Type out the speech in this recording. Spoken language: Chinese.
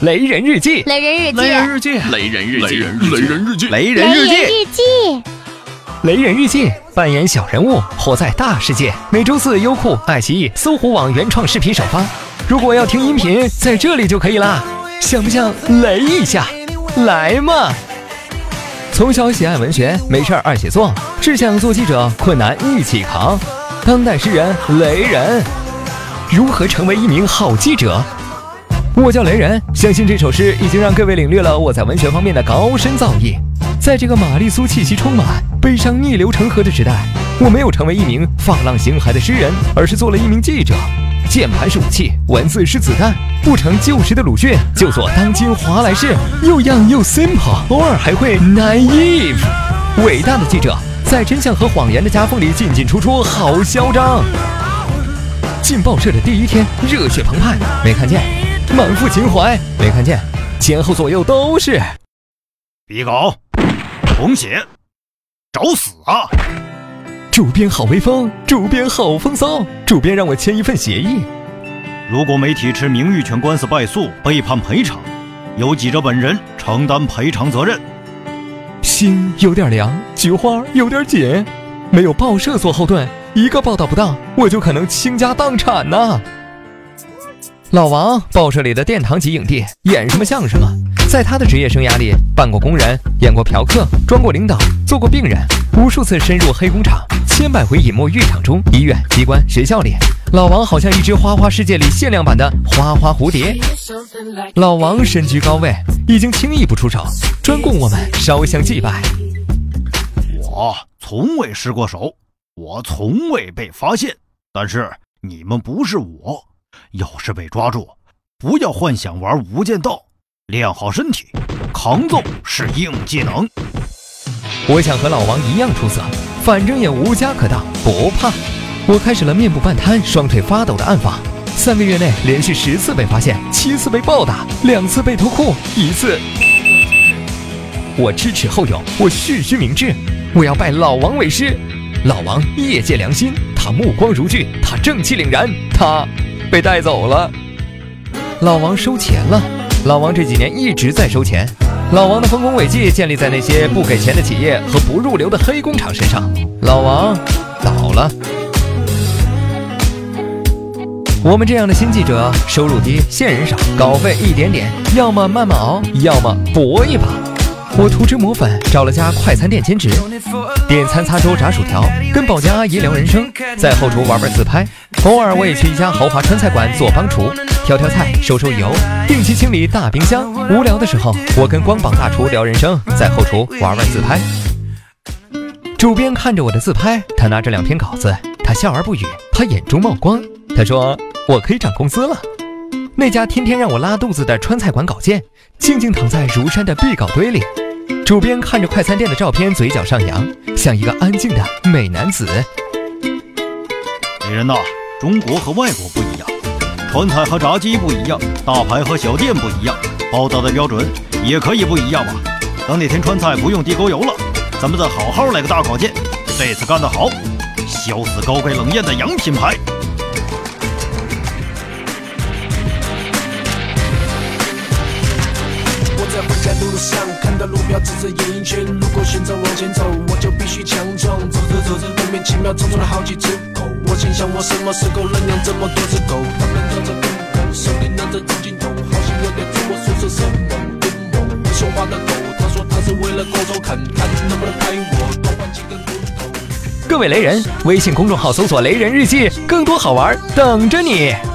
雷人日记， 雷人日记， 雷人日记， 雷人日记， 雷人日记， 雷人日记， 雷人日记，扮演小人物，活在大世界。每周四，优酷、爱奇艺、搜狐网原创视频首发。如果要听音频，在这里就可以啦。想不想雷一下？来嘛！从小喜爱文学，没事爱写作，志向做记者，困难一起扛。当代诗人雷人，如何成为一名好记者？我叫雷人，相信这首诗已经让各位领略了我在文学方面的高深造诣。在这个玛丽苏气息充满、悲伤逆流成河的时代，我没有成为一名放浪形骸的诗人，而是做了一名记者。键盘是武器，文字是子弹，不成旧时的鲁迅，就做当今华莱士，又 young 又 simple， 偶尔还会 naive。伟大的记者在真相和谎言的夹缝里进进出出，好嚣张。进报社的第一天，热血澎湃，没看见；满腹情怀，没看见；前后左右都是。 笔稿，重写，找死啊！ 主编好威风，主编好风骚，主编让我签一份协议。 如果媒体持名誉权官司败诉，被判赔偿，由记者本人承担赔偿责任。 心有点凉，菊花有点紧，没有报社做后盾，一个报道不当，我就可能倾家荡产呐。老王，报社里的殿堂级影帝，演什么像什么。在他的职业生涯里，扮过工人，演过嫖客，装过领导，做过病人，无数次深入黑工厂，千百回隐没浴场中、医院、机关、学校里。老王好像一只花花世界里限量版的花花蝴蝶。老王身居高位，已经轻易不出手，专供我们烧香祭拜。 我从未失过手，我从未被发现，但是你们不是我，要是被抓住，不要幻想玩无间道，练好身体，抗揍是硬技能。 我想和老王一样出色，反正也无家可当，不怕。我开始了面部半瘫、双腿发抖的暗访。3个月内连续10次被发现，7次被暴打，2次被脱裤，1次。我知耻后勇，我蓄须明志，我要拜老王为师。老王业界良心，他目光如炬，他正气凛然，他被带走了。老王收钱了。老王这几年一直在收钱。老王的丰功伟绩建立在那些不给钱的企业和不入流的黑工厂身上。老王倒了。我们这样的新记者，收入低，线人少，稿费一点点，要么慢慢熬，要么搏一把。我涂脂抹粉，找了家快餐店兼职，点餐、擦桌、炸薯条，跟保洁阿姨聊人生，在后厨玩自拍。偶尔我也去一家豪华川菜馆做帮厨，挑菜、收油，定期清理大冰箱。无聊的时候，我跟光膀大厨聊人生，在后厨玩自拍。主编看着我的自拍，他拿着2篇稿子，他笑而不语，他眼中冒光。他说我可以涨工资了。那家天天让我拉肚子的川菜馆稿件静静躺在如山的必稿堆里。主编看着快餐店的照片，嘴角上扬，像一个安静的美男子。 女人呐，中国和外国不一样，川菜和炸鸡不一样，大牌和小店不一样，报道的标准也可以不一样嘛。等哪天川菜不用地沟油了，咱们再好好来个大稿件，这次干得好，笑死高贵冷艳的洋品牌。 在回家的路上，看到路标指着演艺圈，如果选择往前走，我就必须强壮。走着，后面奇妙冲出了好几只狗。我心想，我什么时候能养这么多只狗？他们叼着面孔，手里拿着纸巾筒，好像有点自我说是什么阴谋。会说话的狗，他说他是为了狗走看看能不能拍我，多换几根骨头。 各位雷人，微信公众号搜索雷人日记，更多好玩等着你。